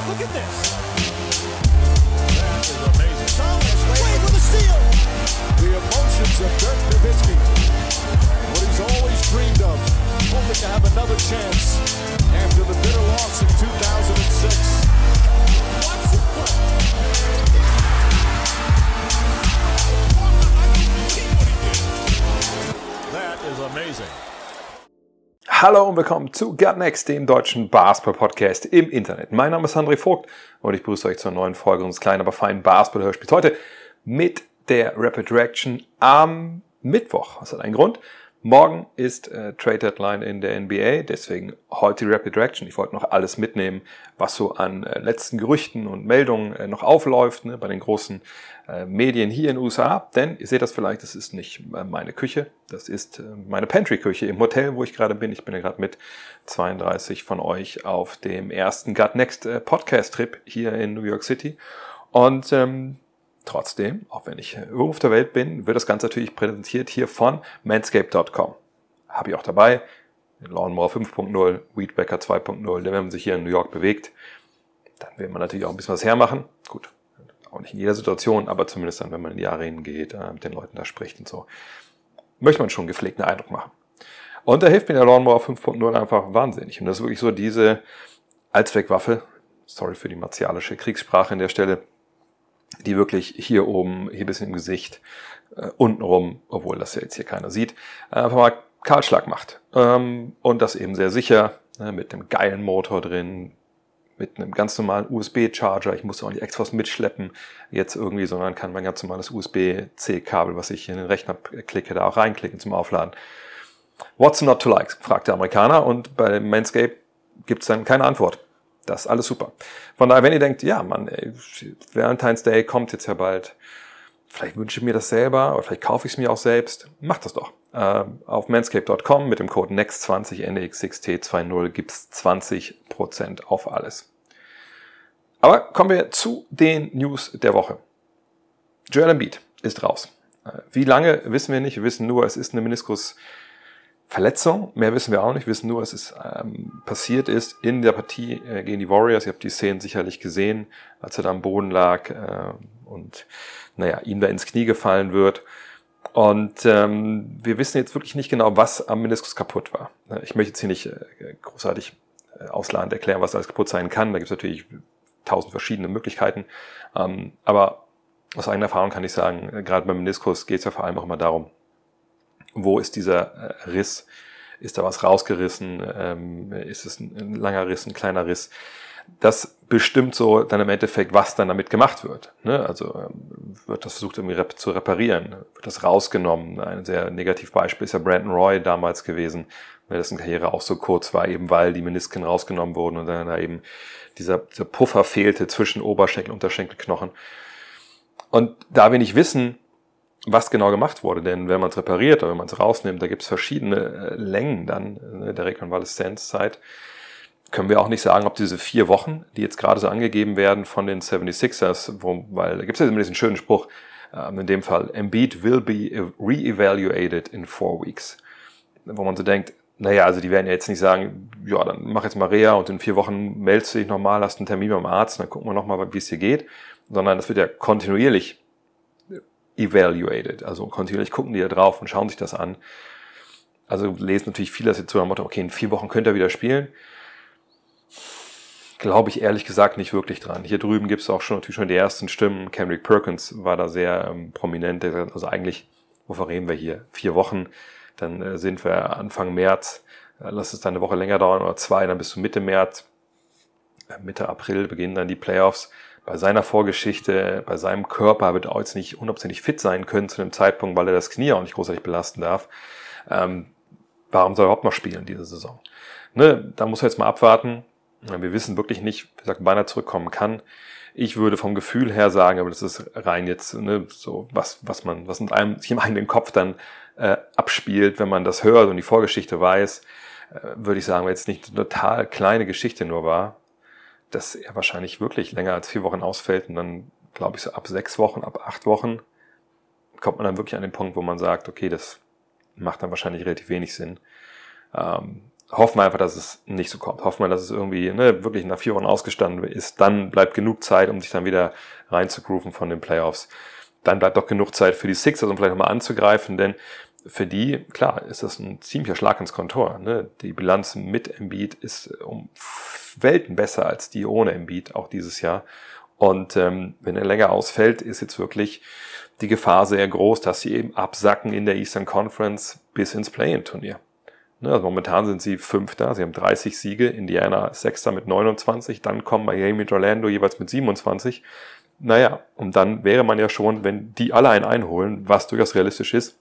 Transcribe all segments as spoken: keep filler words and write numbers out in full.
Look at this. That is amazing. Thomas Wade with a steal. The emotions of Dirk Nowitzki. What he's always dreamed of. Hoping to have another chance after the bitter loss in two thousand six. Watch this play. That is amazing. Hallo und willkommen zu Gut Next, dem deutschen Basketball-Podcast im Internet. Mein Name ist André Vogt und ich begrüße euch zur neuen Folge unseres kleinen, aber feinen Basketball-Hörspiels. Heute mit der Rapid Reaction am Mittwoch. Das hat einen Grund. Morgen ist äh, Trade Deadline in der N B A, deswegen heute die Rapid Reaction. Ich wollte noch alles mitnehmen, was so an äh, letzten Gerüchten und Meldungen äh, noch aufläuft, ne, bei den großen äh, Medien hier in den U S A. Denn ihr seht das vielleicht, das ist nicht äh, meine Küche, das ist äh, meine Pantry-Küche im Hotel, wo ich gerade bin. Ich bin ja gerade mit zweiunddreißig von euch auf dem ersten Gut Next äh, Podcast-Trip hier in New York City. Und ähm, Trotzdem, auch wenn ich irgendwo auf der Welt bin, wird das Ganze natürlich präsentiert hier von manscaped Punkt com. Habe ich auch dabei. Den Lawnmower fünf Punkt null, Weedwacker zwei Punkt null. Denn wenn man sich hier in New York bewegt, dann will man natürlich auch ein bisschen was hermachen. Gut, auch nicht in jeder Situation, aber zumindest dann, wenn man in die Arenen geht, mit den Leuten da spricht und so, möchte man schon einen gepflegten Eindruck machen. Und da hilft mir der Lawnmower fünf Punkt null einfach wahnsinnig. Und das ist wirklich so diese Allzweckwaffe, sorry für die martialische Kriegssprache an der Stelle, die wirklich hier oben, hier ein bisschen im Gesicht, äh, untenrum, obwohl das ja jetzt hier keiner sieht, äh, einfach mal Kahlschlag macht. Ähm, und das eben sehr sicher, ne, mit einem geilen Motor drin, mit einem ganz normalen U S B-Charger. Ich muss auch nicht extra was mitschleppen jetzt irgendwie, sondern kann mein ganz normales U S B-C-Kabel, was ich in den Rechner klicke, da auch reinklicken zum Aufladen. What's not to like, fragt der Amerikaner, und bei Manscaped gibt es dann keine Antwort. Das ist alles super. Von daher, wenn ihr denkt, ja, Mann, ey, Valentine's Day kommt jetzt ja bald, vielleicht wünsche ich mir das selber oder vielleicht kaufe ich es mir auch selbst, macht das doch. Äh, auf manscaped Punkt com mit dem Code N E X T zwanzig, N E X X T zwanzig gibt es zwanzig Prozent auf alles. Aber kommen wir zu den News der Woche. Joel Embiid ist raus. Äh, wie lange, wissen wir nicht. Wir wissen nur, es ist eine Meniskus Verletzung, mehr wissen wir auch nicht, wir wissen nur, dass es ähm, passiert ist in der Partie äh, gegen die Warriors. Ihr habt die Szenen sicherlich gesehen, als er da am Boden lag äh, und naja, ihm da ins Knie gefallen wird. Und ähm, wir wissen jetzt wirklich nicht genau, was am Meniskus kaputt war. Ich möchte jetzt hier nicht äh, großartig äh, ausladend erklären, was alles kaputt sein kann. Da gibt es natürlich tausend verschiedene Möglichkeiten. Ähm, aber aus eigener Erfahrung kann ich sagen, äh, gerade beim Meniskus geht es ja vor allem auch immer darum, wo ist dieser Riss? Ist da was rausgerissen? Ähm, ist es ein langer Riss, ein kleiner Riss? Das bestimmt so dann im Endeffekt, was dann damit gemacht wird. Ne? Also ähm, wird das versucht irgendwie rep- zu reparieren? Wird das rausgenommen? Ein sehr negatives Beispiel ist ja Brandon Roy damals gewesen, weil dessen Karriere auch so kurz war, eben weil die Menisken rausgenommen wurden und dann da eben dieser, dieser Puffer fehlte zwischen Oberschenkel und Unterschenkelknochen. Und da wir nicht wissen, was genau gemacht wurde, denn wenn man es repariert oder wenn man es rausnimmt, da gibt es verschiedene Längen dann ne, der Rekonvaleszenzzeit, können wir auch nicht sagen, ob diese vier Wochen, die jetzt gerade so angegeben werden von den seventy-sixers, wo, weil da gibt es ja immer diesen schönen Spruch, äh, in dem Fall, Embiid will be re-evaluated in four weeks, wo man so denkt, naja, also die werden ja jetzt nicht sagen, ja, dann mach jetzt mal Reha und in vier Wochen meldest du dich nochmal, hast einen Termin beim Arzt, dann gucken wir nochmal, wie es dir geht, sondern das wird ja kontinuierlich evaluated, also kontinuierlich gucken die da drauf und schauen sich das an. Also lesen natürlich viele das jetzt so am Motto, okay, in vier Wochen könnt ihr wieder spielen. Glaube ich ehrlich gesagt nicht wirklich dran. Hier drüben gibt es auch schon natürlich schon die ersten Stimmen. Kendrick Perkins war da sehr ähm, prominent. Also eigentlich, wovon reden wir hier? Vier Wochen, dann äh, sind wir Anfang März. Äh, lass es dann eine Woche länger dauern oder zwei, dann bis zu Mitte März. Äh, Mitte April beginnen dann die Playoffs. Bei seiner Vorgeschichte, bei seinem Körper wird er auch jetzt nicht hundertprozentig fit sein können zu dem Zeitpunkt, weil er das Knie auch nicht großartig belasten darf. Ähm, warum soll er überhaupt noch spielen diese Saison? Ne, da muss er jetzt mal abwarten. Wir wissen wirklich nicht, wie gesagt, wann er zurückkommen kann. Ich würde vom Gefühl her sagen, aber das ist rein jetzt ne, so was, was man, was in einem sich im eigenen Kopf dann äh, abspielt, wenn man das hört und die Vorgeschichte weiß, äh, würde ich sagen, weil jetzt nicht eine total kleine Geschichte nur war, dass er wahrscheinlich wirklich länger als vier Wochen ausfällt und dann, glaube ich, so ab sechs Wochen, ab acht Wochen kommt man dann wirklich an den Punkt, wo man sagt, okay, das macht dann wahrscheinlich relativ wenig Sinn. Ähm, hoffen wir einfach, dass es nicht so kommt. Hoffen wir, dass es irgendwie ne, wirklich nach vier Wochen ausgestanden ist. Dann bleibt genug Zeit, um sich dann wieder reinzugrooven von den Playoffs. Dann bleibt auch genug Zeit für die Sixers, um vielleicht nochmal anzugreifen, denn für die, klar, ist das ein ziemlicher Schlag ins Kontor. Ne? Die Bilanz mit Embiid ist um Welten besser als die ohne Embiid, auch dieses Jahr. Und ähm, wenn er länger ausfällt, ist jetzt wirklich die Gefahr sehr groß, dass sie eben absacken in der Eastern Conference bis ins Play-in-Turnier. Ne? Also momentan sind sie Fünfter, sie haben dreißig Siege, Indiana Sechster mit neunundzwanzig, dann kommen Miami und Orlando jeweils mit siebenundzwanzig. Naja, und dann wäre man ja schon, wenn die alle einen einholen, was durchaus realistisch ist,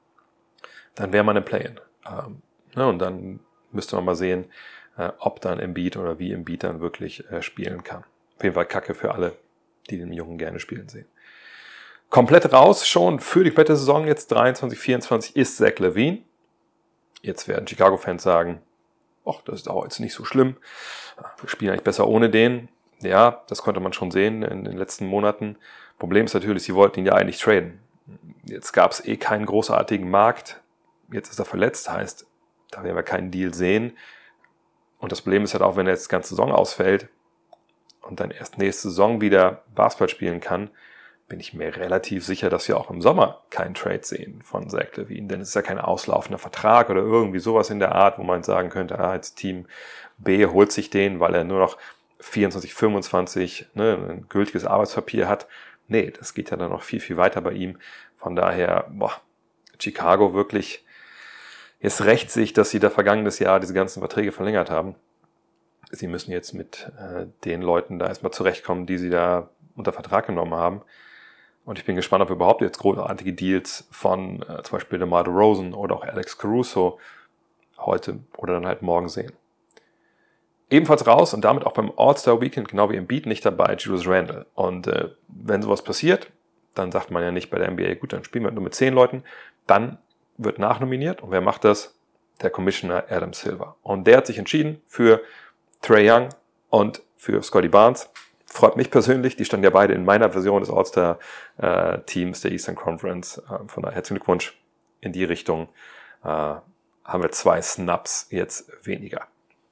dann wäre man im Play-in. Ähm, ne, und dann müsste man mal sehen, äh, ob dann Embiid oder wie Embiid dann wirklich äh, spielen kann. Auf jeden Fall Kacke für alle, die den Jungen gerne spielen sehen. Komplett raus schon für die komplette Saison jetzt dreiundzwanzig vierundzwanzig ist Zach LaVine. Jetzt werden Chicago-Fans sagen, ach, das ist auch jetzt nicht so schlimm. Wir spielen eigentlich besser ohne den. Ja, das konnte man schon sehen in den letzten Monaten. Problem ist natürlich, sie wollten ihn ja eigentlich traden. Jetzt gab es eh keinen großartigen Markt. Jetzt ist er verletzt, heißt, da werden wir keinen Deal sehen. Und das Problem ist halt auch, wenn er jetzt die ganze Saison ausfällt und dann erst nächste Saison wieder Basketball spielen kann, bin ich mir relativ sicher, dass wir auch im Sommer keinen Trade sehen von Zach LaVine. Denn es ist ja kein auslaufender Vertrag oder irgendwie sowas in der Art, wo man sagen könnte, ah, jetzt Team B holt sich den, weil er nur noch vierundzwanzig, fünfundzwanzig ne, ein gültiges Arbeitspapier hat. Nee, das geht ja dann noch viel, viel weiter bei ihm. Von daher, boah, Chicago wirklich, jetzt rächt sich, dass sie da vergangenes Jahr diese ganzen Verträge verlängert haben. Sie müssen jetzt mit äh, den Leuten da erstmal zurechtkommen, die sie da unter Vertrag genommen haben. Und ich bin gespannt, ob wir überhaupt jetzt großartige Deals von äh, zum Beispiel DeMar DeRozan oder auch Alex Caruso heute oder dann halt morgen sehen. Ebenfalls raus und damit auch beim All-Star-Weekend, genau wie Embiid, nicht dabei, Julius Randle. Und äh, wenn sowas passiert, dann sagt man ja nicht bei der N B A, gut, dann spielen wir nur mit zehn Leuten. Dann wird nachnominiert. Und wer macht das? Der Commissioner Adam Silver. Und der hat sich entschieden für Trae Young und für Scotty Barnes. Freut mich persönlich. Die standen ja beide in meiner Version des All-Star-Teams der Eastern Conference. Von daher herzlichen Glückwunsch in die Richtung. Äh, haben wir zwei Snaps jetzt weniger.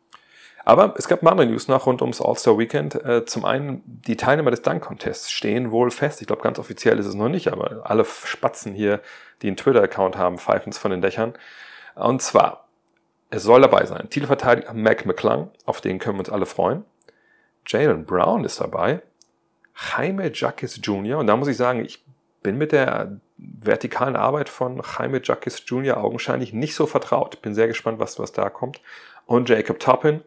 Aber es gab andere News nach rund ums All-Star-Weekend. Äh, zum einen, die Teilnehmer des Dunk-Contests stehen wohl fest. Ich glaube, ganz offiziell ist es noch nicht, aber alle Spatzen hier, die einen Twitter-Account haben, pfeifen es von den Dächern. Und zwar, es soll dabei sein, Titelverteidiger Mac McClung, auf den können wir uns alle freuen. Jaylen Brown ist dabei. Jaime Jaquez Junior Und da muss ich sagen, ich bin mit der vertikalen Arbeit von Jaime Jaquez Junior augenscheinlich nicht so vertraut. Bin sehr gespannt, was, was da kommt. Und Jacob Toppin.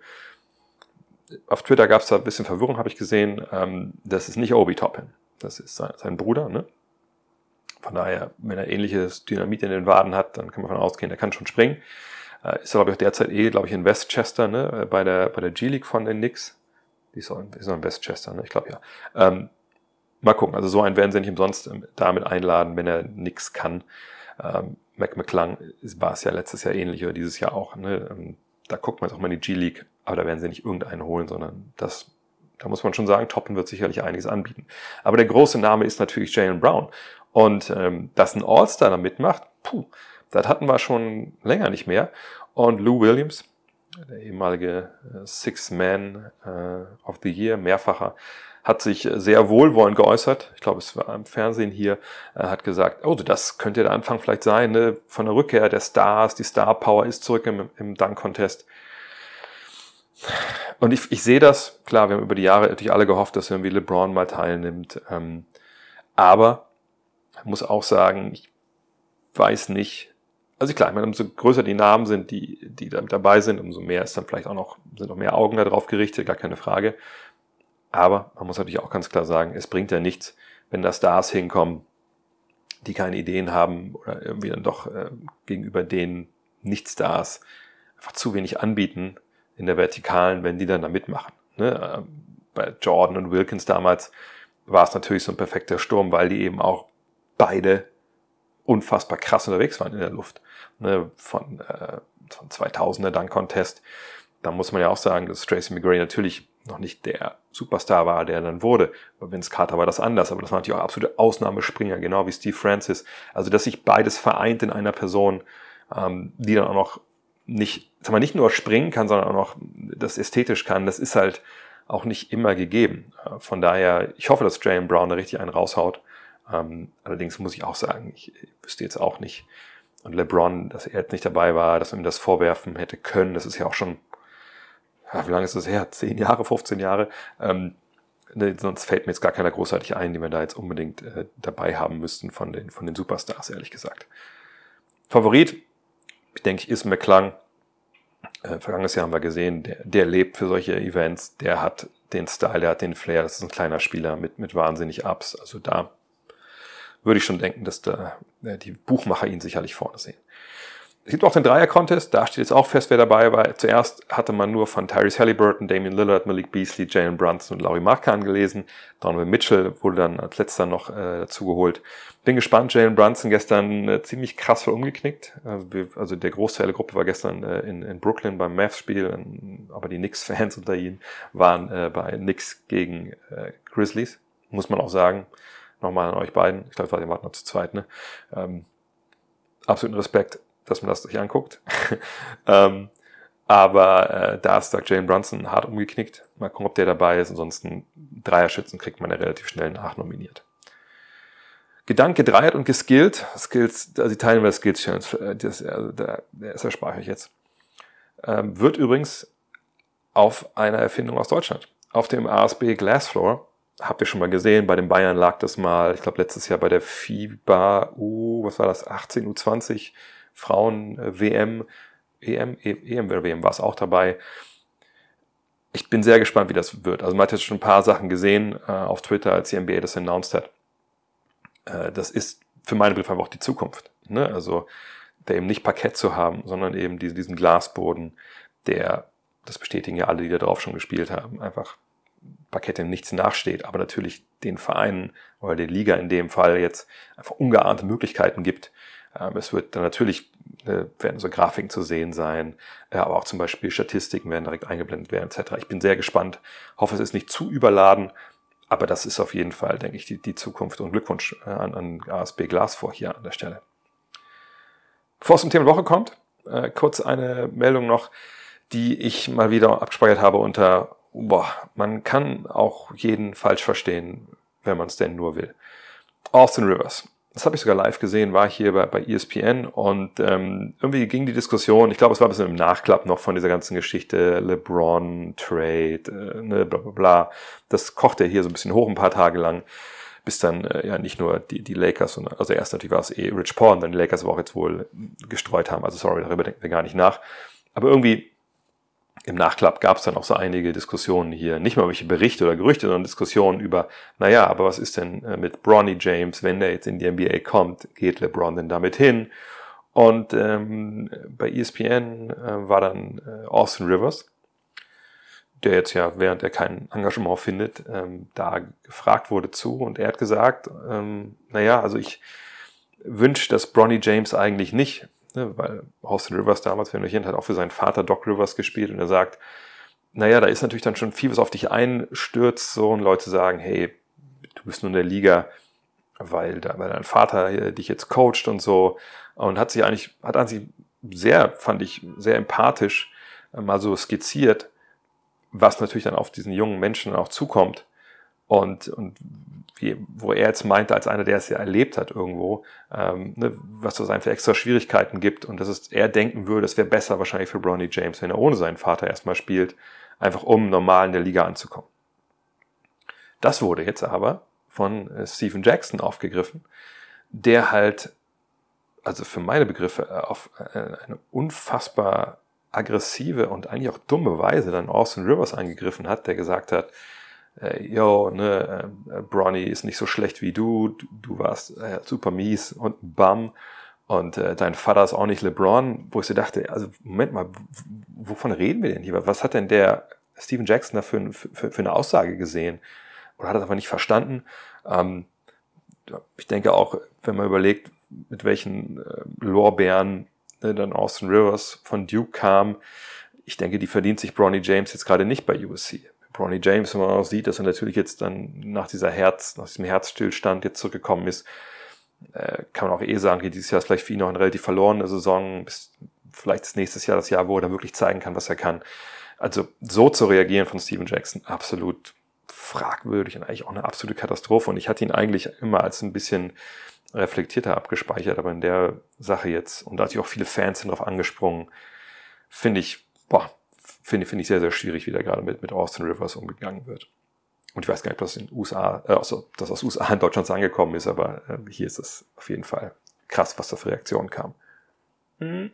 Auf Twitter gab es da ein bisschen Verwirrung, habe ich gesehen. Ähm, das ist nicht Obi Toppin. Das ist sein, sein Bruder. Ne? Von daher, wenn er ähnliches Dynamit in den Waden hat, dann kann man davon ausgehen, er kann schon springen. Äh, ist glaube ich auch derzeit eh, glaube ich, in Westchester, ne? bei der bei der G-League von den Knicks. Die ist auch in, ist auch in Westchester, ne? Ich glaube ja. Ähm, mal gucken, also so einen werden sie nicht umsonst ähm, damit einladen, wenn er nix kann. Ähm, Mac McClung war es ja letztes Jahr ähnlich oder dieses Jahr auch. Ne? Ähm, da guckt man jetzt auch mal in die G-League, aber da werden sie nicht irgendeinen holen, sondern das, da muss man schon sagen, Toppen wird sicherlich einiges anbieten. Aber der große Name ist natürlich Jaylen Brown. Und ähm, dass ein All-Star da mitmacht, puh, das hatten wir schon länger nicht mehr. Und Lou Williams, der ehemalige äh, Six-Man äh, of the Year, mehrfacher, hat sich sehr wohlwollend geäußert. Ich glaube, es war im Fernsehen hier, äh, hat gesagt, oh, das könnte der Anfang vielleicht sein, ne? Von der Rückkehr der Stars, die Star-Power ist zurück im, im Dunk-Contest. Und ich, ich sehe das, klar, wir haben über die Jahre natürlich alle gehofft, dass irgendwie LeBron mal teilnimmt. Ähm, aber ich muss auch sagen, ich weiß nicht, also klar, ich meine, umso größer die Namen sind, die, die da dabei sind, umso mehr ist dann vielleicht auch noch, sind noch mehr Augen da drauf gerichtet, gar keine Frage. Aber man muss natürlich auch ganz klar sagen, es bringt ja nichts, wenn da Stars hinkommen, die keine Ideen haben oder irgendwie dann doch äh, gegenüber den Nicht-Stars einfach zu wenig anbieten in der Vertikalen, wenn die dann da mitmachen. Ne? Bei Jordan und Wilkins damals war es natürlich so ein perfekter Sturm, weil die eben auch beide unfassbar krass unterwegs waren in der Luft. Ne? Von, äh, von zweitausender Dunk-Contest. Da muss man ja auch sagen, dass Tracy McGrady natürlich noch nicht der Superstar war, der er dann wurde. Bei Vince Carter war das anders, aber das war natürlich auch absolute Ausnahmespringer, genau wie Steve Francis. Also, dass sich beides vereint in einer Person, ähm, die dann auch noch nicht, sag mal, nicht nur springen kann, sondern auch noch das ästhetisch kann, das ist halt auch nicht immer gegeben. Von daher, ich hoffe, dass Jaylen Brown da richtig einen raushaut. Ähm, allerdings muss ich auch sagen, ich wüsste jetzt auch nicht, und LeBron, dass er jetzt nicht dabei war, dass man ihm das vorwerfen hätte können, das ist ja auch schon, ja, wie lange ist das her? Zehn Jahre, fünfzehn Jahre? Ähm, ne, sonst fällt mir jetzt gar keiner großartig ein, die wir da jetzt unbedingt äh, dabei haben müssten von den, von den Superstars, ehrlich gesagt. Favorit, ich denke, ist McClung. Äh, vergangenes Jahr haben wir gesehen, der, der lebt für solche Events, der hat den Style, der hat den Flair, das ist ein kleiner Spieler mit, mit wahnsinnig Ups. Also da würde ich schon denken, dass da äh, die Buchmacher ihn sicherlich vorne sehen. Es gibt auch den Dreier-Contest, da steht jetzt auch fest, wer dabei war. Zuerst hatte man nur von Tyrese Halliburton, Damian Lillard, Malik Beasley, Jalen Brunson und Lauri Markkanen gelesen. Donovan Mitchell wurde dann als letzter noch äh, dazu geholt. Bin gespannt, Jalen Brunson gestern äh, ziemlich krass voll umgeknickt. Äh, wir, also der Großteil der Gruppe war gestern äh, in, in Brooklyn beim Mavs-Spiel, äh, aber die Knicks-Fans unter ihnen waren äh, bei Knicks gegen äh, Grizzlies, muss man auch sagen. Nochmal an euch beiden, ich glaube, wir waren noch zu zweit, ne? Ähm, absoluten Respekt, dass man das sich anguckt. ähm, aber äh, da ist da Jalen Brunson hart umgeknickt. Mal gucken, ob der dabei ist. Ansonsten Dreierschützen kriegt man ja relativ schnell nachnominiert. Gedanke Dreiert und geskillt. Skills, also die Teilnehmer der Skills Challenge, das, also der, der ist erspare ich jetzt. Ähm, wird übrigens auf einer Erfindung aus Deutschland. Auf dem A S B Glassfloor. Habt ihr schon mal gesehen, bei den Bayern lag das mal, ich glaube letztes Jahr bei der FIBA U, was war das, achtzehn U zwanzig Frauen-W M, E M, E M oder W M war es auch dabei. Ich bin sehr gespannt, wie das wird. Also man hat jetzt schon ein paar Sachen gesehen äh, auf Twitter, als die N B A das announced hat. Äh, das ist für meine Begriffe einfach auch die Zukunft. Ne? Also da eben nicht Parkett zu haben, sondern eben diesen, diesen Glasboden, der, das bestätigen ja alle, die da drauf schon gespielt haben, einfach Parkett dem nichts nachsteht, aber natürlich den Vereinen oder der Liga in dem Fall jetzt einfach ungeahnte Möglichkeiten gibt. Es wird dann natürlich, werden so Grafiken zu sehen sein, aber auch zum Beispiel Statistiken werden direkt eingeblendet werden et cetera. Ich bin sehr gespannt, hoffe, es ist nicht zu überladen, aber das ist auf jeden Fall, denke ich, die, die Zukunft, und Glückwunsch an, an A S B Glassfloor hier an der Stelle. Bevor es zum Thema der Woche kommt, kurz eine Meldung noch, die ich mal wieder abgespeichert habe unter Boah, man kann auch jeden falsch verstehen, wenn man es denn nur will. Austin Rivers. Das habe ich sogar live gesehen, war hier bei, bei E S P N und ähm, irgendwie ging die Diskussion, ich glaube, es war ein bisschen im Nachklapp noch von dieser ganzen Geschichte, LeBron, Trade, äh, ne, bla bla bla. Das kochte hier so ein bisschen hoch ein paar Tage lang, bis dann äh, ja nicht nur die, die Lakers, sondern, also erst natürlich war es eh Rich Paul und dann die Lakers aber auch jetzt wohl gestreut haben. Also sorry, darüber denken wir gar nicht nach. Aber irgendwie im Nachklapp gab es dann auch so einige Diskussionen hier, nicht mal welche Berichte oder Gerüchte, sondern Diskussionen über, naja, aber was ist denn mit Bronny James, wenn der jetzt in die N B A kommt, geht LeBron denn damit hin? Und ähm, bei E S P N äh, war dann äh, Austin Rivers, der jetzt ja, während er kein Engagement findet, ähm, da gefragt wurde zu, und er hat gesagt, ähm, naja, also ich wünsche das Bronny James eigentlich nicht, ne, weil Austin Rivers damals, wenn du hier hat auch für seinen Vater Doc Rivers gespielt, und er sagt, naja, da ist natürlich dann schon viel, was auf dich einstürzt, so, und Leute sagen, hey, du bist nur in der Liga, weil, da, weil dein Vater dich jetzt coacht und so, und hat sich eigentlich, hat an sich sehr, fand ich, sehr empathisch äh, mal so skizziert, was natürlich dann auf diesen jungen Menschen auch zukommt, und, und wie, wo er jetzt meinte, als einer, der es ja erlebt hat irgendwo, ähm, ne, was das einfach extra Schwierigkeiten gibt, und dass es, er denken würde, es wäre besser wahrscheinlich für Bronny James, wenn er ohne seinen Vater erstmal spielt, einfach um normal in der Liga anzukommen. Das wurde jetzt aber von äh, Stephen Jackson aufgegriffen, der halt, also für meine Begriffe, äh, auf äh, eine unfassbar aggressive und eigentlich auch dumme Weise dann Austin Rivers angegriffen hat, der gesagt hat, äh, yo, ne, äh, Bronny ist nicht so schlecht wie du, du, du warst äh, super mies und ein Bum, und äh, dein Vater ist auch nicht LeBron, wo ich so dachte, also Moment mal, wovon reden wir denn hier? Was hat denn der Stephen Jackson da für, für, für eine Aussage gesehen? Oder hat er das einfach nicht verstanden? Ähm, ich denke auch, wenn man überlegt, mit welchen äh, Lorbeeren äh, dann Austin Rivers von Duke kam, ich denke, die verdient sich Bronny James jetzt gerade nicht bei U S C. Bronny James, wenn man auch sieht, dass er natürlich jetzt dann nach dieser Herz, nach diesem Herzstillstand jetzt zurückgekommen ist, äh, kann man auch eh sagen, dieses Jahr ist vielleicht für ihn noch eine relativ verlorene Saison, bis, vielleicht ist nächstes Jahr das Jahr, wo er dann wirklich zeigen kann, was er kann. Also so zu reagieren von Steven Jackson, absolut fragwürdig und eigentlich auch eine absolute Katastrophe. Und ich hatte ihn eigentlich immer als ein bisschen reflektierter abgespeichert, aber in der Sache jetzt, und da hat sich auch viele Fans sind drauf angesprungen, finde ich, boah, finde finde ich sehr, sehr schwierig, wie da gerade mit, mit Austin Rivers umgegangen wird. Und ich weiß gar nicht, ob das in den U S A, äh, also, dass aus U S A in Deutschland angekommen ist, aber äh, hier ist es auf jeden Fall krass, was da für Reaktionen kam. Mhm.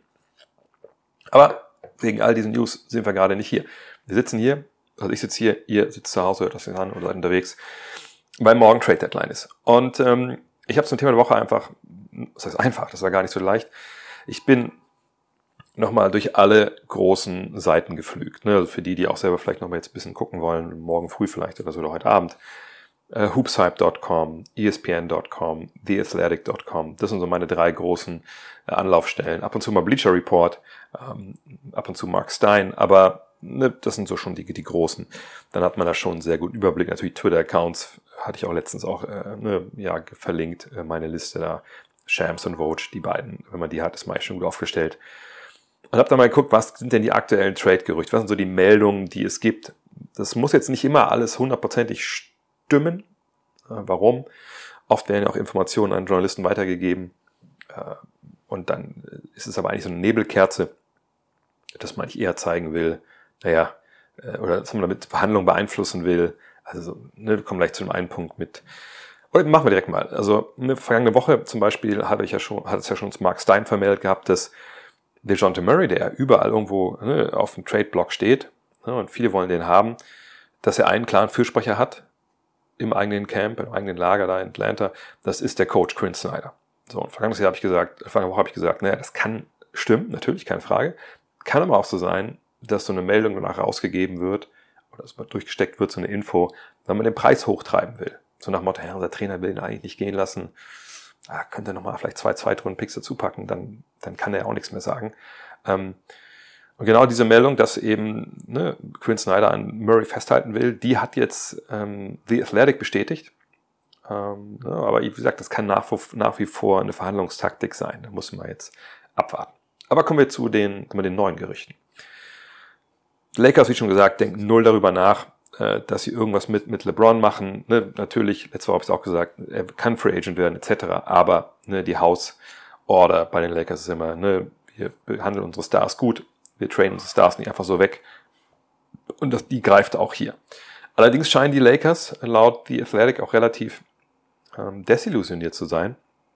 Aber wegen all diesen News sind wir gerade nicht hier. Wir sitzen hier, also ich sitze hier, ihr sitzt zu Hause, hört das an oder seid unterwegs, weil morgen Trade Deadline ist. Und ähm, ich habe zum Thema der Woche einfach, das heißt einfach, das war gar nicht so leicht, ich bin nochmal durch alle großen Seiten geflügt. Ne? Also für die, die auch selber vielleicht nochmal jetzt ein bisschen gucken wollen, morgen früh vielleicht oder so oder heute Abend. Äh, hoopshype Punkt com, E S P N Punkt com, The Athletic Punkt com. Das sind so meine drei großen äh, Anlaufstellen. Ab und zu mal Bleacher Report, ähm, ab und zu Mark Stein, aber ne, das sind so schon die, die großen. Dann hat man da schon einen sehr guten Überblick. Natürlich Twitter-Accounts hatte ich auch letztens auch äh, ne, ja, verlinkt, äh, meine Liste da. Shams und Woj, die beiden, wenn man die hat, ist meist schon gut aufgestellt. Und habe dann mal geguckt, was sind denn die aktuellen Trade-Gerüchte? Was sind so die Meldungen, die es gibt? Das muss jetzt nicht immer alles hundertprozentig stimmen. Äh, warum? Oft werden ja auch Informationen an Journalisten weitergegeben. Äh, und dann ist es aber eigentlich so eine Nebelkerze, dass man eigentlich eher zeigen will, naja, äh, oder dass man damit Verhandlungen beeinflussen will. Also, ne, wir kommen gleich zu dem einen Punkt mit. Oder machen wir direkt mal. Also, eine vergangene Woche zum Beispiel habe ich ja schon, hat es ja schon zu Mark Stein vermeldet gehabt, dass DeJounte Murray, der ja überall irgendwo ne, auf dem Trade-Block steht, ne, und viele wollen den haben, dass er einen klaren Fürsprecher hat im eigenen Camp, im eigenen Lager da in Atlanta, das ist der Coach Quinn Snyder. So, und vergangenes Jahr habe ich gesagt, vergangene Woche habe ich gesagt, naja, das kann stimmen, natürlich, keine Frage. Kann aber auch so sein, dass so eine Meldung danach rausgegeben wird, oder dass man durchgesteckt wird, so eine Info, wenn man den Preis hochtreiben will. So nach dem Motto, ja, unser Trainer will ihn eigentlich nicht gehen lassen, ah, könnte er nochmal vielleicht zwei Zweitrunden-Picks dazu packen, dann, dann kann er auch nichts mehr sagen. Ähm, und genau diese Meldung, dass eben ne, Quinn Snyder an Murray festhalten will, die hat jetzt ähm, The Athletic bestätigt. Ähm, ne, aber wie gesagt, das kann nach, nach wie vor eine Verhandlungstaktik sein. Da muss man jetzt abwarten. Aber kommen wir zu den, zu den neuen Gerüchten. Die Lakers, wie schon gesagt, denken null darüber nach, dass sie irgendwas mit, mit LeBron machen. Ne, natürlich, letzte Woche habe ich es auch gesagt, er kann Free Agent werden, et cetera. Aber ne, die House-Order bei den Lakers ist immer, ne, wir behandeln unsere Stars gut, wir trainen unsere Stars nicht einfach so weg. Und das, die greift auch hier. Allerdings scheinen die Lakers laut The Athletic auch relativ ähm, desillusioniert zu sein,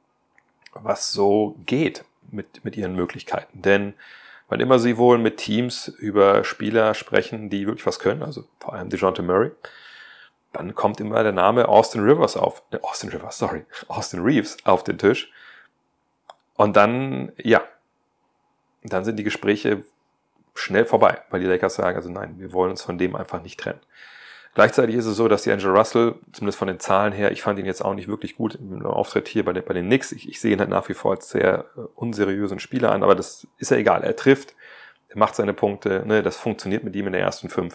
was so geht mit, mit ihren Möglichkeiten. Denn wann immer sie wohl mit Teams über Spieler sprechen, die wirklich was können, also vor allem DeJounte Murray, dann kommt immer der Name Austin Rivers auf, äh, Austin Rivers, sorry, Austin Reeves auf den Tisch. Und dann, ja, dann sind die Gespräche schnell vorbei, weil die Lakers sagen, also nein, wir wollen uns von dem einfach nicht trennen. Gleichzeitig ist es so, dass die Angelo Russell, zumindest von den Zahlen her, ich fand ihn jetzt auch nicht wirklich gut im Auftritt hier bei den, bei den Knicks. Ich, ich sehe ihn halt nach wie vor als sehr äh, unseriösen Spieler an, aber das ist ja egal. Er trifft, er macht seine Punkte, ne, das funktioniert mit ihm in der ersten fünf.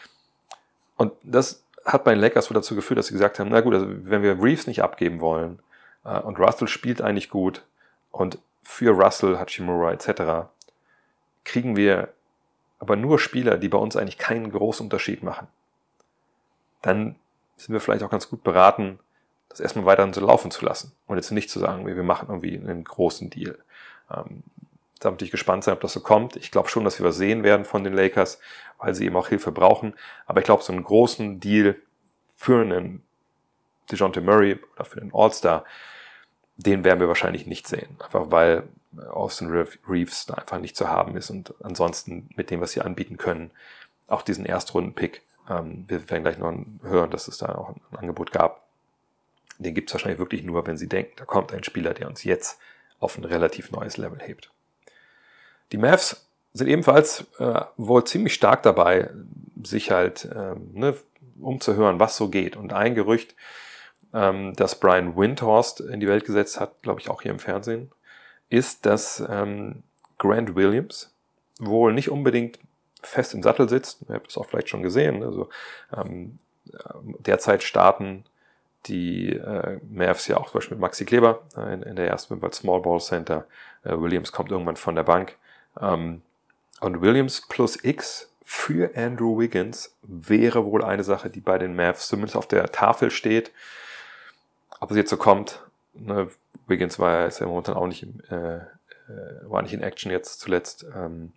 Und das hat bei den Lakers wohl dazu geführt, dass sie gesagt haben, na gut, also wenn wir Reeves nicht abgeben wollen äh, und Russell spielt eigentlich gut und für Russell, Hachimura et cetera kriegen wir aber nur Spieler, die bei uns eigentlich keinen großen Unterschied machen. Dann sind wir vielleicht auch ganz gut beraten, das erstmal weiter so laufen zu lassen und jetzt nicht zu sagen, wir machen irgendwie einen großen Deal. Ähm, da möchte ich gespannt sein, ob das so kommt. Ich glaube schon, dass wir was sehen werden von den Lakers, weil sie eben auch Hilfe brauchen. Aber ich glaube, so einen großen Deal für einen DeJounte Murray oder für einen All-Star, den werden wir wahrscheinlich nicht sehen. Einfach weil Austin Reeves da einfach nicht zu haben ist und ansonsten mit dem, was sie anbieten können, auch diesen Erstrunden-Pick. Ähm, wir werden gleich noch hören, dass es da auch ein Angebot gab. Den gibt es wahrscheinlich wirklich nur, wenn sie denken, da kommt ein Spieler, der uns jetzt auf ein relativ neues Level hebt. Die Mavs sind ebenfalls äh, wohl ziemlich stark dabei, sich halt ähm, ne, umzuhören, was so geht. Und ein Gerücht, ähm, das Brian Windhorst in die Welt gesetzt hat, glaube ich auch hier im Fernsehen, ist, dass ähm, Grant Williams wohl nicht unbedingt fest im Sattel sitzt. Ihr habt das auch vielleicht schon gesehen. Also ähm, derzeit starten die äh, Mavs ja auch zum Beispiel mit Maxi Kleber äh, in, in der ersten als Small Ball Center. Äh, Williams kommt irgendwann von der Bank. Ähm, und Williams plus X für Andrew Wiggins wäre wohl eine Sache, die bei den Mavs zumindest auf der Tafel steht. Ob es jetzt so kommt, ne, Wiggins war ja, ist ja momentan auch nicht, im, äh, war nicht in Action jetzt zuletzt. Ähm,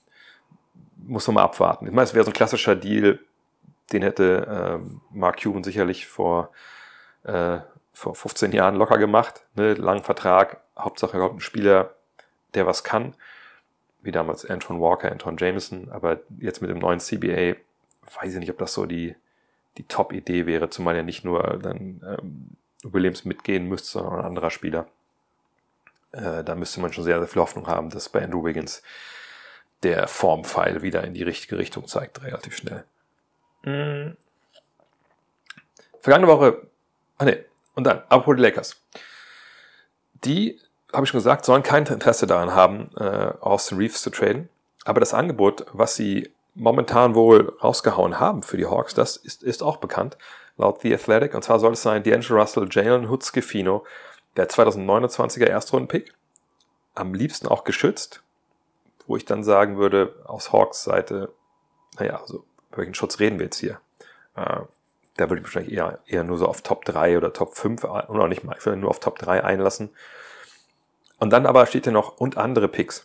muss man mal abwarten. Ich meine, es wäre so ein klassischer Deal, den hätte äh, Mark Cuban sicherlich vor, äh, vor fünfzehn Jahren locker gemacht. Ne? Langen Vertrag, Hauptsache er kommt ein Spieler, der was kann. Wie damals Antoine Walker, Antoine Jameson. Aber jetzt mit dem neuen C B A weiß ich nicht, ob das so die, die Top-Idee wäre, zumal ja nicht nur dann ähm, Williams mitgehen müsste, sondern ein anderer Spieler. Äh, da müsste man schon sehr, sehr viel Hoffnung haben, dass bei Andrew Wiggins der Formpfeil wieder in die richtige Richtung zeigt, relativ schnell. Mhm. Vergangene Woche, ah ne, und dann, apropos die Lakers. Die, habe ich schon gesagt, sollen kein Interesse daran haben, äh, Austin Reeves zu traden. Aber das Angebot, was sie momentan wohl rausgehauen haben für die Hawks, das ist, ist auch bekannt, laut The Athletic. Und zwar soll es sein D'Angelo Russell, Jalen Hood-Schifino, der zwanzig neunundzwanziger Erstrunden-Pick, am liebsten auch geschützt, wo ich dann sagen würde, aus Hawks Seite, naja, also über welchen Schutz reden wir jetzt hier? Äh, da würde ich mich wahrscheinlich eher, eher nur so auf Top drei oder Top fünf, oder nicht mal, ich würde nur auf Top drei einlassen. Und dann aber steht hier noch, und andere Picks.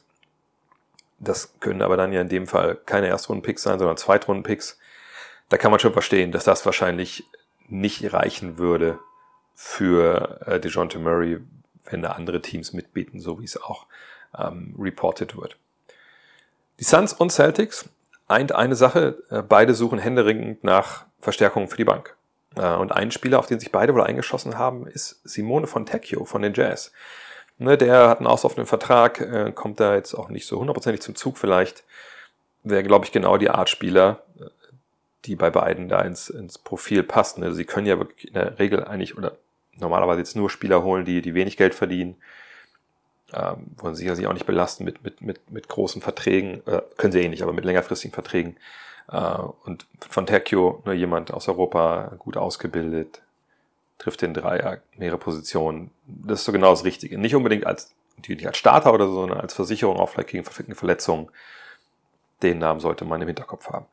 Das können aber dann ja in dem Fall keine Erstrunden-Picks sein, sondern Zweitrunden-Picks. Da kann man schon verstehen, dass das wahrscheinlich nicht reichen würde für äh, DeJounte Murray, wenn da andere Teams mitbieten, so wie es auch ähm, reported wird. Die Suns und Celtics eint eine Sache, äh, beide suchen händeringend nach Verstärkungen für die Bank. Äh, und ein Spieler, auf den sich beide wohl eingeschossen haben, ist Simone Fontecchio von den Jazz. Ne, der hat einen auslaufenden Vertrag, äh, kommt da jetzt auch nicht so hundertprozentig zum Zug vielleicht. Wäre, glaube ich, genau die Art Spieler, die bei beiden da ins, ins Profil passen. Also sie können ja wirklich in der Regel eigentlich, oder normalerweise jetzt nur Spieler holen, die, die wenig Geld verdienen. Ähm, wollen sie sich auch nicht belasten mit, mit, mit, mit großen Verträgen, äh, können sie eh nicht, aber mit längerfristigen Verträgen. Äh, und Fontecchio, nur jemand aus Europa, gut ausgebildet, trifft den Dreier, mehrere Positionen. Das ist so genau das Richtige. Nicht unbedingt als, natürlich nicht als Starter oder so, sondern als Versicherung auch vielleicht gegen Verletzungen. Den Namen sollte man im Hinterkopf haben.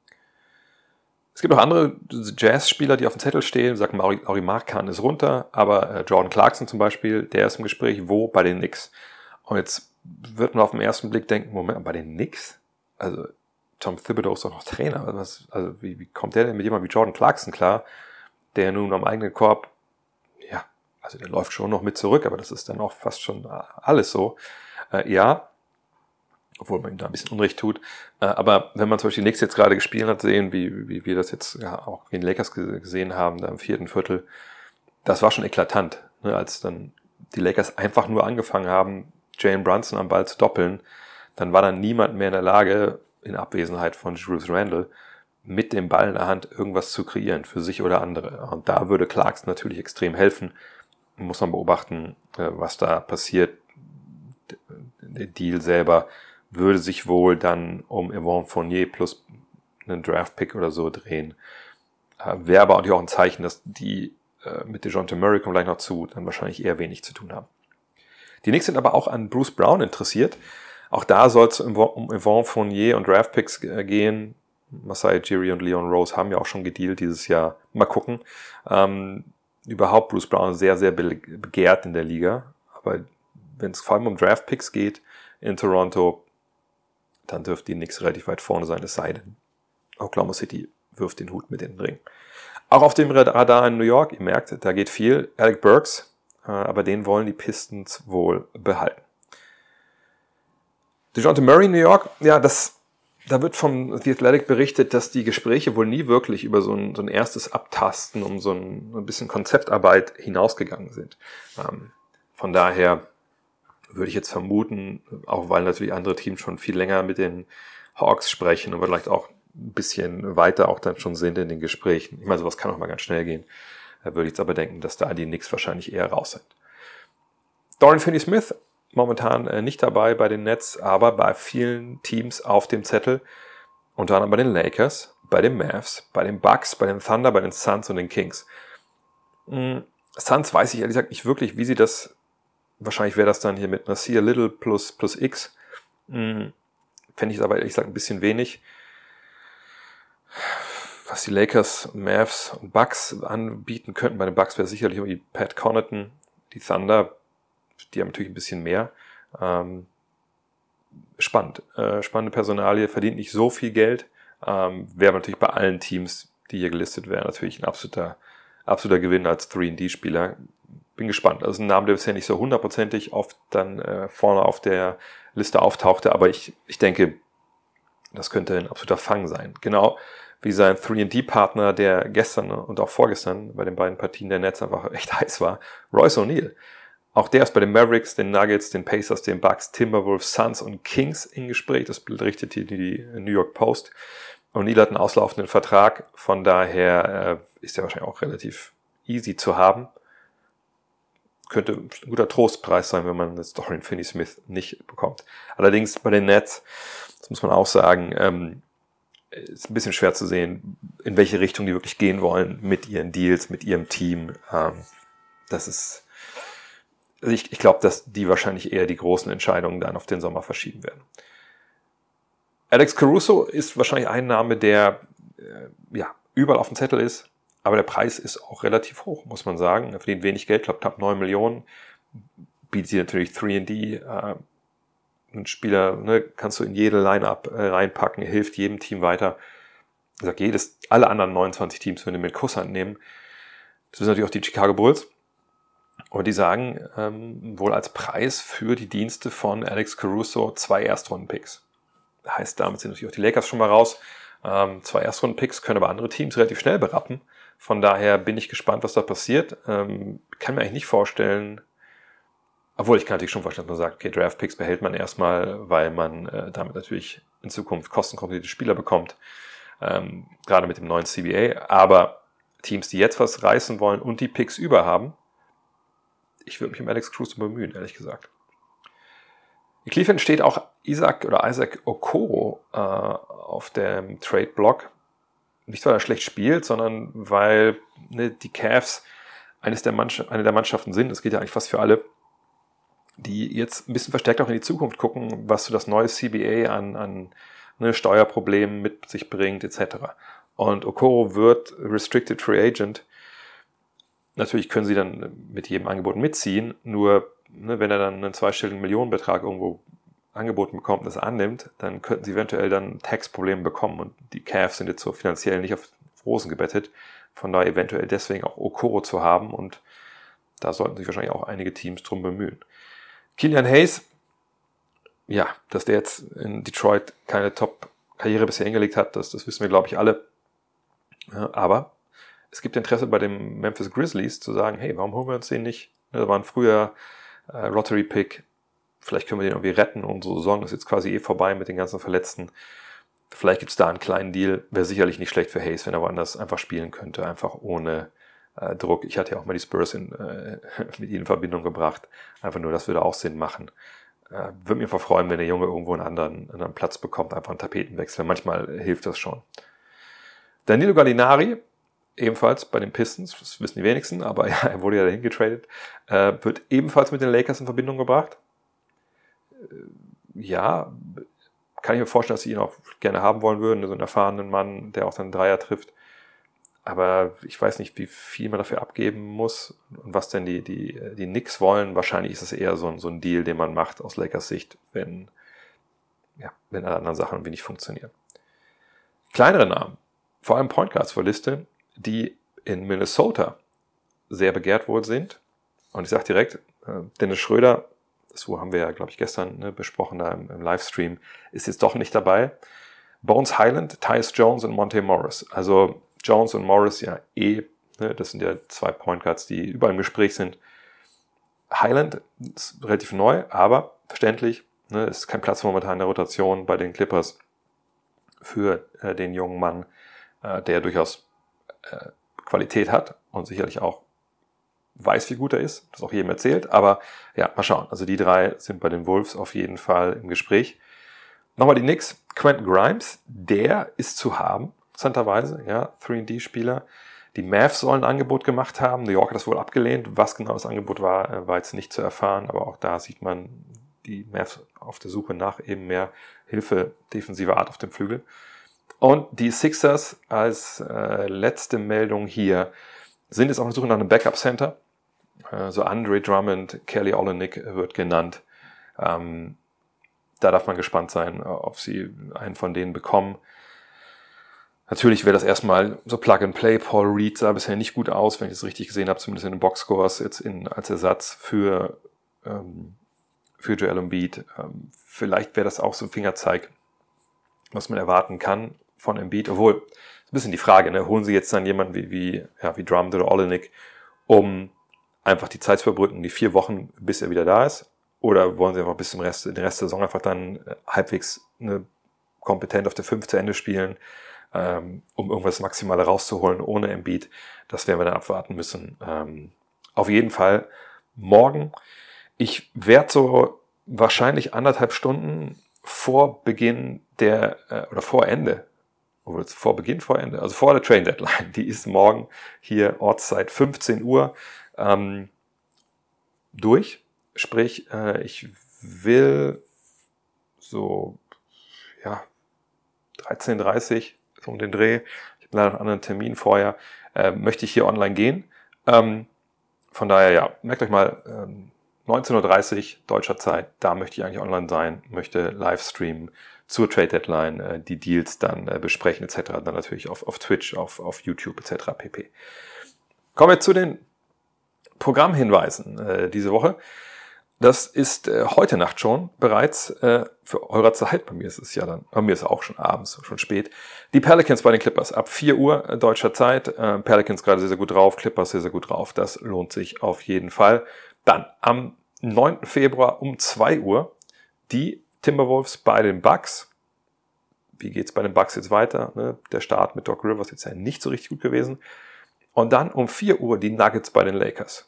Es gibt auch andere Jazz-Spieler, die auf dem Zettel stehen. Sagen, Lauri Markkanen ist runter, aber äh, Jordan Clarkson zum Beispiel, der ist im Gespräch, wo? Bei den Knicks. Und jetzt wird man auf den ersten Blick denken, Moment, bei den Knicks? Also Tom Thibodeau ist doch noch Trainer. Was, also wie, wie kommt der denn mit jemandem wie Jordan Clarkson klar, der nun am eigenen Korb, ja, also der läuft schon noch mit zurück, aber das ist dann auch fast schon alles so. Äh, ja, obwohl man ihm da ein bisschen Unrecht tut. Äh, aber wenn man zum Beispiel die Knicks jetzt gerade gespielt hat, sehen, wie, wie wir das jetzt ja auch gegen Lakers gesehen haben, da im vierten Viertel, das war schon eklatant, ne, als dann die Lakers einfach nur angefangen haben, Jalen Brunson am Ball zu doppeln, dann war dann niemand mehr in der Lage, in Abwesenheit von Julius Randle, mit dem Ball in der Hand irgendwas zu kreieren, für sich oder andere. Und da würde Clarkson natürlich extrem helfen. Muss man beobachten, was da passiert. Der Deal selber würde sich wohl dann um Evan Fournier plus einen Draft-Pick oder so drehen. Wäre aber auch ein Zeichen, dass die mit DeJounte Murray, kommt gleich noch zu, dann wahrscheinlich eher wenig zu tun haben. Die Knicks sind aber auch an Bruce Brown interessiert. Auch da soll es um Evan Fournier und Draft-Picks gehen. Masai Ujiri und Leon Rose haben ja auch schon gedealt dieses Jahr. Mal gucken. Ähm, überhaupt Bruce Brown sehr, sehr begehrt in der Liga. Aber wenn es vor allem um Draft-Picks geht in Toronto, dann dürften die Knicks relativ weit vorne sein, es sei denn, Oklahoma City wirft den Hut mit in den Ring. Auch auf dem Radar in New York, ihr merkt, da geht viel. Alec Burks, äh, aber den wollen die Pistons wohl behalten. DeJounte Murray in New York, ja, das Da wird vom The Athletic berichtet, dass die Gespräche wohl nie wirklich über so ein, so ein erstes Abtasten, um so ein, so ein bisschen Konzeptarbeit hinausgegangen sind. Ähm, von daher würde ich jetzt vermuten, auch weil natürlich andere Teams schon viel länger mit den Hawks sprechen und vielleicht auch ein bisschen weiter auch dann schon sind in den Gesprächen. Ich meine, sowas kann auch mal ganz schnell gehen. Da würde ich jetzt aber denken, dass da die Knicks wahrscheinlich eher raus sind. Dorian Finney-Smith momentan äh, nicht dabei bei den Nets, aber bei vielen Teams auf dem Zettel, unter anderem bei den Lakers, bei den Mavs, bei den Bucks, bei den Thunder, bei den Suns und den Kings. Mhm. Suns weiß ich ehrlich gesagt nicht wirklich, wie sie das, wahrscheinlich wäre das dann hier mit Nasir Little plus, plus X, Fände ich es aber ehrlich gesagt ein bisschen wenig. Was die Lakers, Mavs und Bucks anbieten könnten, bei den Bucks wäre sicherlich irgendwie Pat Connaughton, die Thunder, die haben natürlich ein bisschen mehr. Ähm, spannend, äh, spannende Personalie, verdient nicht so viel Geld, ähm, wäre natürlich bei allen Teams, die hier gelistet wären, natürlich ein absoluter, absoluter Gewinn als drei und D-Spieler. Bin gespannt. Also ein Name, der bisher nicht so hundertprozentig oft dann äh, vorne auf der Liste auftauchte, aber ich, ich denke, das könnte ein absoluter Fang sein. Genau wie sein drei und D-Partner, der gestern und auch vorgestern bei den beiden Partien der Nets einfach echt heiß war, Royce O'Neal. Auch der ist bei den Mavericks, den Nuggets, den Pacers, den Bucks, Timberwolves, Suns und Kings in Gespräch. Das berichtet hier die New York Post. O'Neal hat einen auslaufenden Vertrag, von daher äh, ist er wahrscheinlich auch relativ easy zu haben. Könnte ein guter Trostpreis sein, wenn man jetzt Dorian Finney-Smith nicht bekommt. Allerdings bei den Nets, das muss man auch sagen, ähm, ist ein bisschen schwer zu sehen, in welche Richtung die wirklich gehen wollen mit ihren Deals, mit ihrem Team. Ähm, das ist, also ich, ich glaube, dass die wahrscheinlich eher die großen Entscheidungen dann auf den Sommer verschieben werden. Alex Caruso ist wahrscheinlich ein Name, der äh, ja überall auf dem Zettel ist, aber der Preis ist auch relativ hoch, muss man sagen. Er verdient wenig Geld, ich glaube knapp neun Millionen. Bietet sie natürlich drei und D. Äh, ein Spieler, ne, kannst du in jede Line-Up äh, reinpacken, hilft jedem Team weiter. Ich sag, jedes, alle anderen neunundzwanzig Teams würden mit Kusshand nehmen. Das sind natürlich auch die Chicago Bulls. Und die sagen, ähm, wohl als Preis für die Dienste von Alex Caruso zwei Erstrunden-Picks. Heißt, damit sind natürlich auch die Lakers schon mal raus. Ähm, zwei Erstrunden-Picks können aber andere Teams relativ schnell berappen. Von daher bin ich gespannt, was da passiert. Ähm, kann mir eigentlich nicht vorstellen, obwohl ich kann natürlich schon vorstellen, dass man sagt, okay, Draft-Picks behält man erstmal, weil man äh, damit natürlich in Zukunft kostenkompensierte Spieler bekommt. Ähm, gerade mit dem neuen C B A. Aber Teams, die jetzt was reißen wollen und die Picks über haben, ich würde mich um Alex Caruso bemühen, ehrlich gesagt. In Cleveland steht auch Isaac oder Isaac Okoro äh, auf dem Trade-Block. Nicht, weil er schlecht spielt, sondern weil ne, die Cavs eines der Mannschaft, eine der Mannschaften sind, das geht ja eigentlich fast für alle, die jetzt ein bisschen verstärkt auch in die Zukunft gucken, was so das neue C B A an, an ne, Steuerproblemen mit sich bringt, et cetera. Und Okoro wird Restricted Free Agent. Natürlich können sie dann mit jedem Angebot mitziehen, nur ne, wenn er dann einen zweistelligen Millionenbetrag irgendwo angeboten bekommt und das annimmt, dann könnten sie eventuell dann Tax-Probleme bekommen und die Cavs sind jetzt so finanziell nicht auf Rosen gebettet, von daher eventuell deswegen auch Okoro zu haben und da sollten sich wahrscheinlich auch einige Teams drum bemühen. Killian Hayes, ja, dass der jetzt in Detroit keine Top-Karriere bisher hingelegt hat, das, das wissen wir, glaube ich, alle. Ja, aber es gibt Interesse bei den Memphis Grizzlies zu sagen, hey, warum holen wir uns den nicht? Das war ein früher äh, Lottery-Pick. Vielleicht können wir den irgendwie retten. Unsere Saison ist jetzt quasi eh vorbei mit den ganzen Verletzten. Vielleicht gibt es da einen kleinen Deal. Wäre sicherlich nicht schlecht für Hayes, wenn er woanders einfach spielen könnte, einfach ohne äh, Druck. Ich hatte ja auch mal die Spurs in, äh, mit ihnen in Verbindung gebracht. Einfach nur, das würde auch Sinn machen. Äh, würde mich einfach freuen, wenn der Junge irgendwo einen anderen, anderen Platz bekommt, einfach einen Tapetenwechsel. Manchmal hilft das schon. Danilo Gallinari, ebenfalls bei den Pistons, das wissen die wenigsten, aber ja, er wurde ja dahin getradet, äh, wird ebenfalls mit den Lakers in Verbindung gebracht. Äh, ja, kann ich mir vorstellen, dass sie ihn auch gerne haben wollen würden, so einen erfahrenen Mann, der auch dann Dreier trifft. Aber ich weiß nicht, wie viel man dafür abgeben muss und was denn die, die, die Knicks wollen. Wahrscheinlich ist es eher so ein, so ein Deal, den man macht aus Lakers Sicht, wenn, ja, wenn alle anderen Sachen irgendwie nicht funktionieren. Kleinere Namen, vor allem Point Guards vor Liste, die in Minnesota sehr begehrt wohl sind. Und ich sage direkt, äh, Dennis Schröder, das haben wir ja, glaube ich, gestern ne, besprochen da im, im Livestream, ist jetzt doch nicht dabei. Bones Highland, Tyus Jones und Monte Morris. Also Jones und Morris ja eh, ne, das sind ja zwei Point Guards, die überall im Gespräch sind. Highland ist relativ neu, aber verständlich, ne, ist kein Platz momentan in der Rotation bei den Clippers für äh, den jungen Mann, äh, der durchaus äh, Qualität hat und sicherlich auch weiß, wie gut er ist, das auch jedem erzählt, aber ja, mal schauen. Also die drei sind bei den Wolves auf jeden Fall im Gespräch. Nochmal die Knicks, Quentin Grimes, der ist zu haben, interessanterweise, ja, drei und D-Spieler. Die Mavs sollen ein Angebot gemacht haben, New York hat das wohl abgelehnt, was genau das Angebot war, war jetzt nicht zu erfahren, aber auch da sieht man, die Mavs auf der Suche nach eben mehr Hilfe defensiver Art auf dem Flügel. Und die Sixers als äh, letzte Meldung hier sind jetzt auf der Suche nach einem Backup-Center. Äh, so Andre Drummond, Kelly Olynyk wird genannt. Ähm, da darf man gespannt sein, ob sie einen von denen bekommen. Natürlich wäre das erstmal so Plug and Play. Paul Reed sah bisher nicht gut aus, wenn ich es richtig gesehen habe, zumindest in den Boxscores jetzt in, als Ersatz für, ähm, für Joel Embiid. Ähm, vielleicht wäre das auch so ein Fingerzeig, was man erwarten kann von Embiid. Obwohl, ist ein bisschen die Frage, ne? Holen sie jetzt dann jemanden wie, wie, ja, wie Drummond oder Olynyk, um einfach die Zeit zu überbrücken, die vier Wochen, bis er wieder da ist? Oder wollen sie einfach bis zum Rest, den Rest der Saison einfach dann halbwegs eine kompetent auf der fünf zu Ende spielen, ähm, um irgendwas Maximale rauszuholen ohne Embiid? Das werden wir dann abwarten müssen. Ähm, auf jeden Fall morgen. Ich werde so wahrscheinlich anderthalb Stunden vor Beginn der, äh, oder vor Ende, oder vor Beginn, vor Ende, also vor der Trade Deadline, die ist morgen hier Ortszeit fünfzehn Uhr, ähm, durch. Sprich, äh, ich will so, ja, dreizehn Uhr dreißig um den Dreh, ich habe leider einen anderen Termin vorher, äh, möchte ich hier online gehen. Ähm, von daher, ja, merkt euch mal, ähm, neunzehn Uhr dreißig deutscher Zeit, da möchte ich eigentlich online sein, möchte Livestreamen zur Trade Deadline, äh, die Deals dann äh, besprechen et cetera. Dann natürlich auf, auf Twitch, auf, auf YouTube et cetera pp. Kommen wir zu den Programmhinweisen äh, diese Woche. Das ist äh, heute Nacht schon bereits äh, für eurer Zeit. Bei mir ist es ja dann, bei mir ist es auch schon abends, schon spät. Die Pelicans bei den Clippers ab vier Uhr äh, deutscher Zeit. Äh, Pelicans gerade sehr, sehr gut drauf, Clippers sehr, sehr gut drauf. Das lohnt sich auf jeden Fall. Dann am neunten Februar um zwei Uhr die Timberwolves bei den Bucks. Wie geht's bei den Bucks jetzt weiter? Ne? Der Start mit Doc Rivers jetzt ja nicht so richtig gut gewesen. Und dann um vier Uhr die Nuggets bei den Lakers.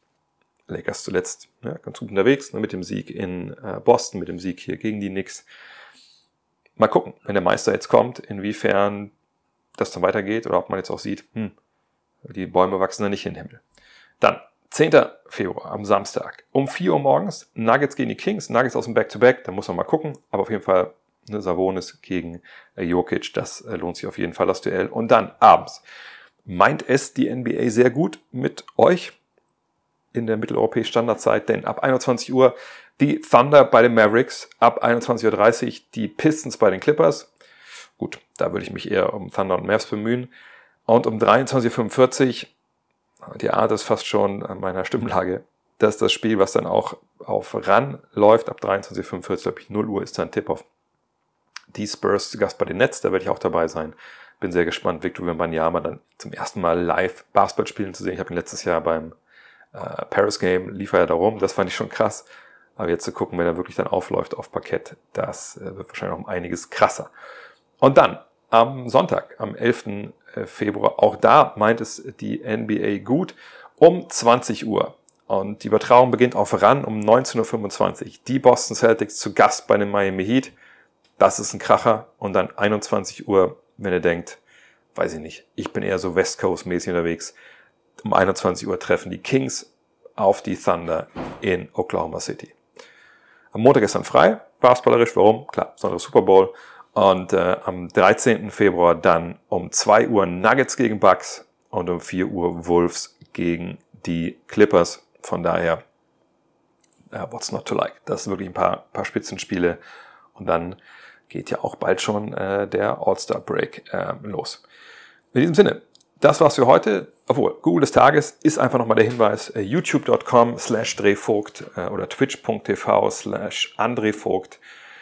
Lakers zuletzt ja, ganz gut unterwegs, ne, mit dem Sieg in äh, Boston, mit dem Sieg hier gegen die Knicks. Mal gucken, wenn der Meister jetzt kommt, inwiefern das dann weitergeht oder ob man jetzt auch sieht, hm, die Bäume wachsen da nicht in den Himmel. Dann zehnten Februar am Samstag um vier Uhr morgens Nuggets gegen die Kings, Nuggets aus dem Back-to-Back, da muss man mal gucken, aber auf jeden Fall ne, Sabonis gegen äh, Jokic, das äh, lohnt sich auf jeden Fall, das Duell. Und dann abends meint es die N B A sehr gut mit euch in der mitteleuropäischen Standardzeit, denn ab einundzwanzig Uhr die Thunder bei den Mavericks, ab einundzwanzig Uhr dreißig die Pistons bei den Clippers. Gut, da würde ich mich eher um Thunder und Mavs bemühen. Und um dreiundzwanzig Uhr fünfundvierzig, die Art ist fast schon an meiner Stimmlage, das ist das Spiel, was dann auch auf Run läuft. Ab dreiundzwanzig Uhr fünfundvierzig, glaube ich, null Uhr ist dann Tip-Off. Die Spurs zu Gast bei den Nets, da werde ich auch dabei sein. Bin sehr gespannt, Victor Wembanyama dann zum ersten Mal live Basketball spielen zu sehen. Ich habe ihn letztes Jahr beim Uh, Paris Game lief er ja darum, das fand ich schon krass. Aber jetzt zu gucken, wenn er wirklich dann aufläuft auf Parkett, das äh, wird wahrscheinlich noch um einiges krasser. Und dann am Sonntag, am elften Februar, auch da meint es die N B A gut, um zwanzig Uhr. Und die Übertragung beginnt auf Run um neunzehn Uhr fünfundzwanzig. Die Boston Celtics zu Gast bei den Miami Heat. Das ist ein Kracher. Und dann einundzwanzig Uhr, wenn ihr denkt, weiß ich nicht, ich bin eher so West Coast-mäßig unterwegs, um einundzwanzig Uhr treffen die Kings auf die Thunder in Oklahoma City. Am Montag ist dann frei, basketballerisch, warum? Klar, besonderes Super Bowl. Und äh, am dreizehnten Februar dann um zwei Uhr Nuggets gegen Bucks und um vier Uhr Wolves gegen die Clippers. Von daher, uh, what's not to like? Das sind wirklich ein paar, paar Spitzenspiele. Und dann geht ja auch bald schon äh, der All-Star-Break äh, los. In diesem Sinne, das war's für heute. Obwohl, Google des Tages ist einfach nochmal der Hinweis, äh, youtube punkt com slash drehvogt äh, oder twitch punkt t v slash andrehvogt.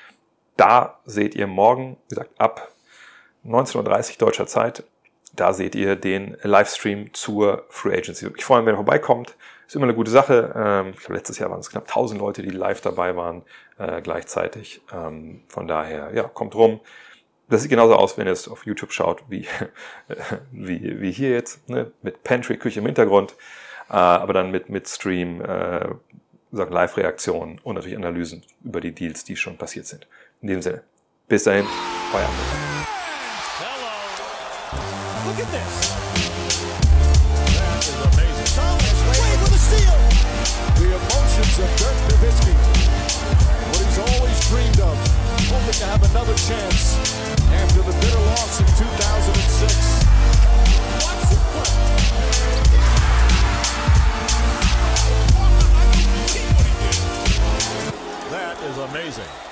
Da seht ihr morgen, wie gesagt, ab neunzehn Uhr dreißig deutscher Zeit, da seht ihr den Livestream zur Free Agency. Ich freue mich, wenn ihr vorbeikommt. Ist immer eine gute Sache. Ähm, ich glaube, letztes Jahr waren es knapp tausend Leute, die live dabei waren äh, gleichzeitig. Ähm, von daher, ja, kommt rum. Das sieht genauso aus, wenn ihr es auf YouTube schaut, wie, wie, wie hier jetzt, ne? Mit Pantry-Küche im Hintergrund, äh, aber dann mit, mit Stream, äh, Live-Reaktionen und natürlich Analysen über die Deals, die schon passiert sind. In dem Sinne, bis dahin, euer André. Hello. Look at this. That is amazing. Thomas Wade with a steal. The emotions of Dirk Nowitzki. What he's always dreamed of. Hoping to have another chance after the bitter loss in two thousand six. Watch it play. That is amazing.